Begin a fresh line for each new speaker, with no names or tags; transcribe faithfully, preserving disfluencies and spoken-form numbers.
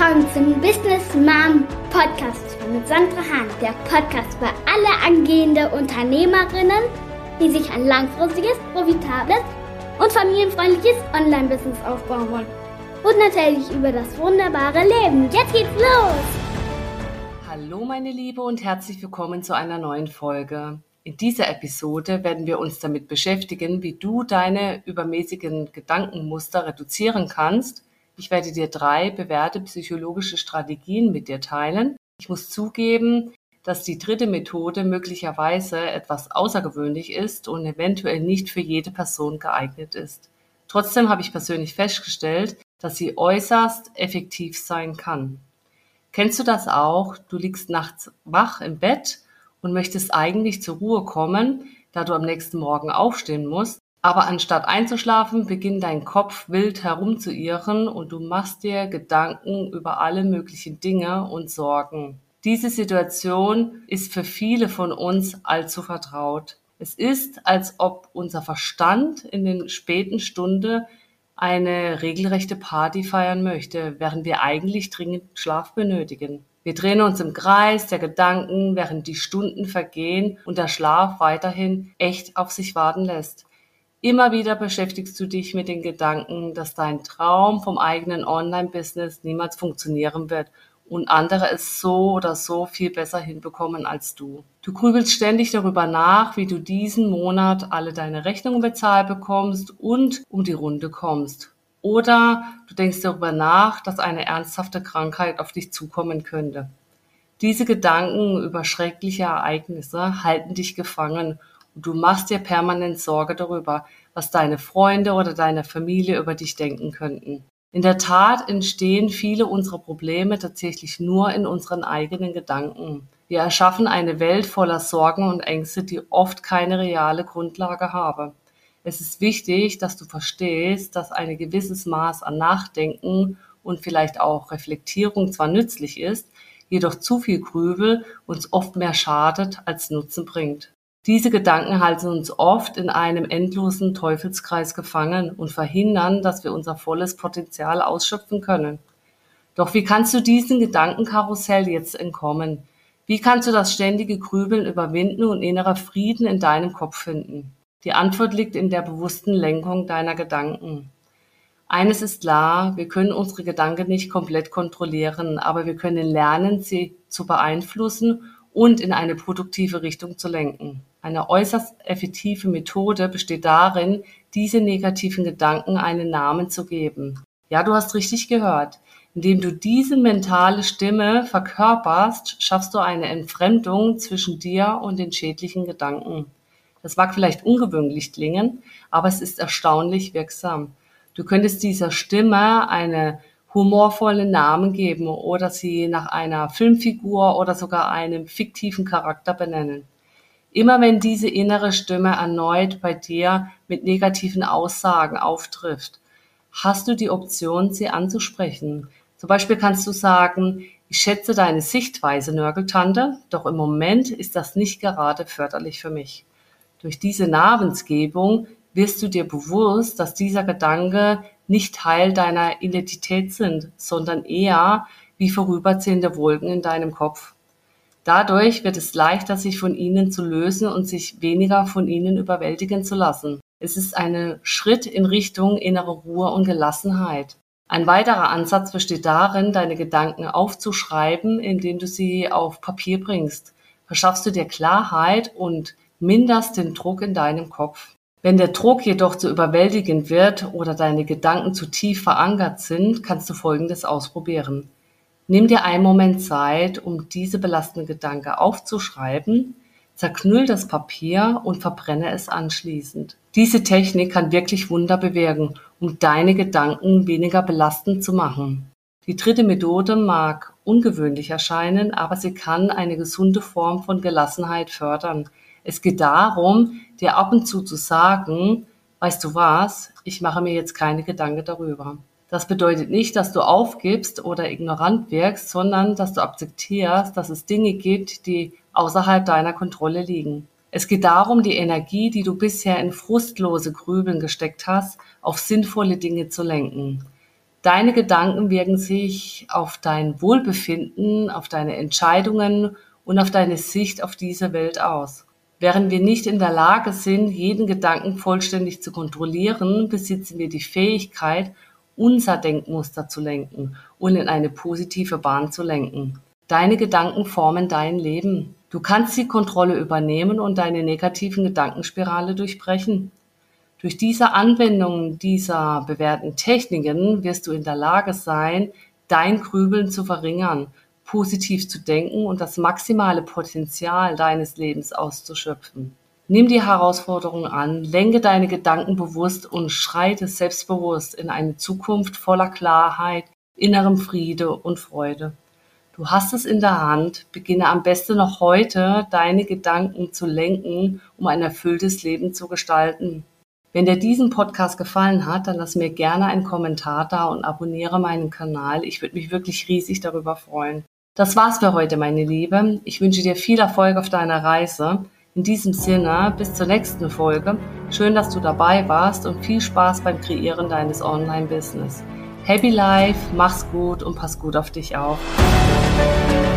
willkommen zum Business Mom Podcast mit Sandra Hahn, der Podcast für alle angehende Unternehmerinnen, die sich ein langfristiges, profitables und familienfreundliches Online-Business aufbauen wollen. Und natürlich über das wunderbare Leben. Jetzt geht's los!
Hallo meine Liebe und herzlich willkommen zu einer neuen Folge. In dieser Episode werden wir uns damit beschäftigen, wie du deine übermäßigen Gedankenmuster reduzieren kannst. Ich werde dir drei bewährte psychologische Strategien mit dir teilen. Ich muss zugeben, dass die dritte Methode möglicherweise etwas außergewöhnlich ist und eventuell nicht für jede Person geeignet ist. Trotzdem habe ich persönlich festgestellt, dass sie äußerst effektiv sein kann. Kennst du das auch? Du liegst nachts wach im Bett und möchtest eigentlich zur Ruhe kommen, da du am nächsten Morgen aufstehen musst. Aber anstatt einzuschlafen, beginnt dein Kopf wild herumzuirren und du machst dir Gedanken über alle möglichen Dinge und Sorgen. Diese Situation ist für viele von uns allzu vertraut. Es ist, als ob unser Verstand in den späten Stunden eine regelrechte Party feiern möchte, während wir eigentlich dringend Schlaf benötigen. Wir drehen uns im Kreis der Gedanken, während die Stunden vergehen und der Schlaf weiterhin echt auf sich warten lässt. Immer wieder beschäftigst du dich mit den Gedanken, dass dein Traum vom eigenen Online-Business niemals funktionieren wird und andere es so oder so viel besser hinbekommen als du. Du grübelst ständig darüber nach, wie du diesen Monat alle deine Rechnungen bezahlt bekommst und um die Runde kommst. Oder du denkst darüber nach, dass eine ernsthafte Krankheit auf dich zukommen könnte. Diese Gedanken über schreckliche Ereignisse halten dich gefangen und du machst dir permanent Sorge darüber, was deine Freunde oder deine Familie über dich denken könnten. In der Tat entstehen viele unserer Probleme tatsächlich nur in unseren eigenen Gedanken. Wir erschaffen eine Welt voller Sorgen und Ängste, die oft keine reale Grundlage haben. Es ist wichtig, dass du verstehst, dass ein gewisses Maß an Nachdenken und vielleicht auch Reflektierung zwar nützlich ist, jedoch zu viel Grübel uns oft mehr schadet als Nutzen bringt. Diese Gedanken halten uns oft in einem endlosen Teufelskreis gefangen und verhindern, dass wir unser volles Potenzial ausschöpfen können. Doch wie kannst du diesem Gedankenkarussell jetzt entkommen? Wie kannst du das ständige Grübeln überwinden und innerer Frieden in deinem Kopf finden? Die Antwort liegt in der bewussten Lenkung deiner Gedanken. Eines ist klar, wir können unsere Gedanken nicht komplett kontrollieren, aber wir können lernen, sie zu beeinflussen und in eine produktive Richtung zu lenken. Eine äußerst effektive Methode besteht darin, diese negativen Gedanken einen Namen zu geben. Ja, du hast richtig gehört. Indem du diese mentale Stimme verkörperst, schaffst du eine Entfremdung zwischen dir und den schädlichen Gedanken. Das mag vielleicht ungewöhnlich klingen, aber es ist erstaunlich wirksam. Du könntest dieser Stimme eine humorvolle Namen geben oder sie nach einer Filmfigur oder sogar einem fiktiven Charakter benennen. Immer wenn diese innere Stimme erneut bei dir mit negativen Aussagen auftrifft, hast du die Option, sie anzusprechen. Zum Beispiel kannst du sagen, ich schätze deine Sichtweise, Nörgeltante, doch im Moment ist das nicht gerade förderlich für mich. Durch diese Namensgebung wirst du dir bewusst, dass dieser Gedanke nicht Teil deiner Identität sind, sondern eher wie vorüberziehende Wolken in deinem Kopf. Dadurch wird es leichter, sich von ihnen zu lösen und sich weniger von ihnen überwältigen zu lassen. Es ist ein Schritt in Richtung innere Ruhe und Gelassenheit. Ein weiterer Ansatz besteht darin, deine Gedanken aufzuschreiben, indem du sie auf Papier bringst. Verschaffst du dir Klarheit und minderst den Druck in deinem Kopf. Wenn der Druck jedoch zu überwältigend wird oder deine Gedanken zu tief verankert sind, kannst du Folgendes ausprobieren. Nimm dir einen Moment Zeit, um diese belastende Gedanken aufzuschreiben, zerknüll das Papier und verbrenne es anschließend. Diese Technik kann wirklich Wunder bewirken, um deine Gedanken weniger belastend zu machen. Die dritte Methode mag ungewöhnlich erscheinen, aber sie kann eine gesunde Form von Gelassenheit fördern. Es geht darum, dir ab und zu zu sagen, weißt du was, ich mache mir jetzt keine Gedanken darüber. Das bedeutet nicht, dass du aufgibst oder ignorant wirkst, sondern dass du akzeptierst, dass es Dinge gibt, die außerhalb deiner Kontrolle liegen. Es geht darum, die Energie, die du bisher in frustlose Grübeln gesteckt hast, auf sinnvolle Dinge zu lenken. Deine Gedanken wirken sich auf dein Wohlbefinden, auf deine Entscheidungen und auf deine Sicht auf diese Welt aus. Während wir nicht in der Lage sind, jeden Gedanken vollständig zu kontrollieren, besitzen wir die Fähigkeit, unser Denkmuster zu lenken und in eine positive Bahn zu lenken. Deine Gedanken formen dein Leben. Du kannst die Kontrolle übernehmen und deine negativen Gedankenspirale durchbrechen. Durch diese Anwendung dieser bewährten Techniken wirst du in der Lage sein, dein Grübeln zu verringern, positiv zu denken und das maximale Potenzial deines Lebens auszuschöpfen. Nimm die Herausforderung an, lenke deine Gedanken bewusst und schreite selbstbewusst in eine Zukunft voller Klarheit, innerem Friede und Freude. Du hast es in der Hand, beginne am besten noch heute, deine Gedanken zu lenken, um ein erfülltes Leben zu gestalten. Wenn dir diesen Podcast gefallen hat, dann lass mir gerne einen Kommentar da und abonniere meinen Kanal. Ich würde mich wirklich riesig darüber freuen. Das war's für heute, meine Liebe. Ich wünsche dir viel Erfolg auf deiner Reise. In diesem Sinne, bis zur nächsten Folge. Schön, dass du dabei warst und viel Spaß beim Kreieren deines Online-Business. Happy Life, mach's gut und pass gut auf dich auf.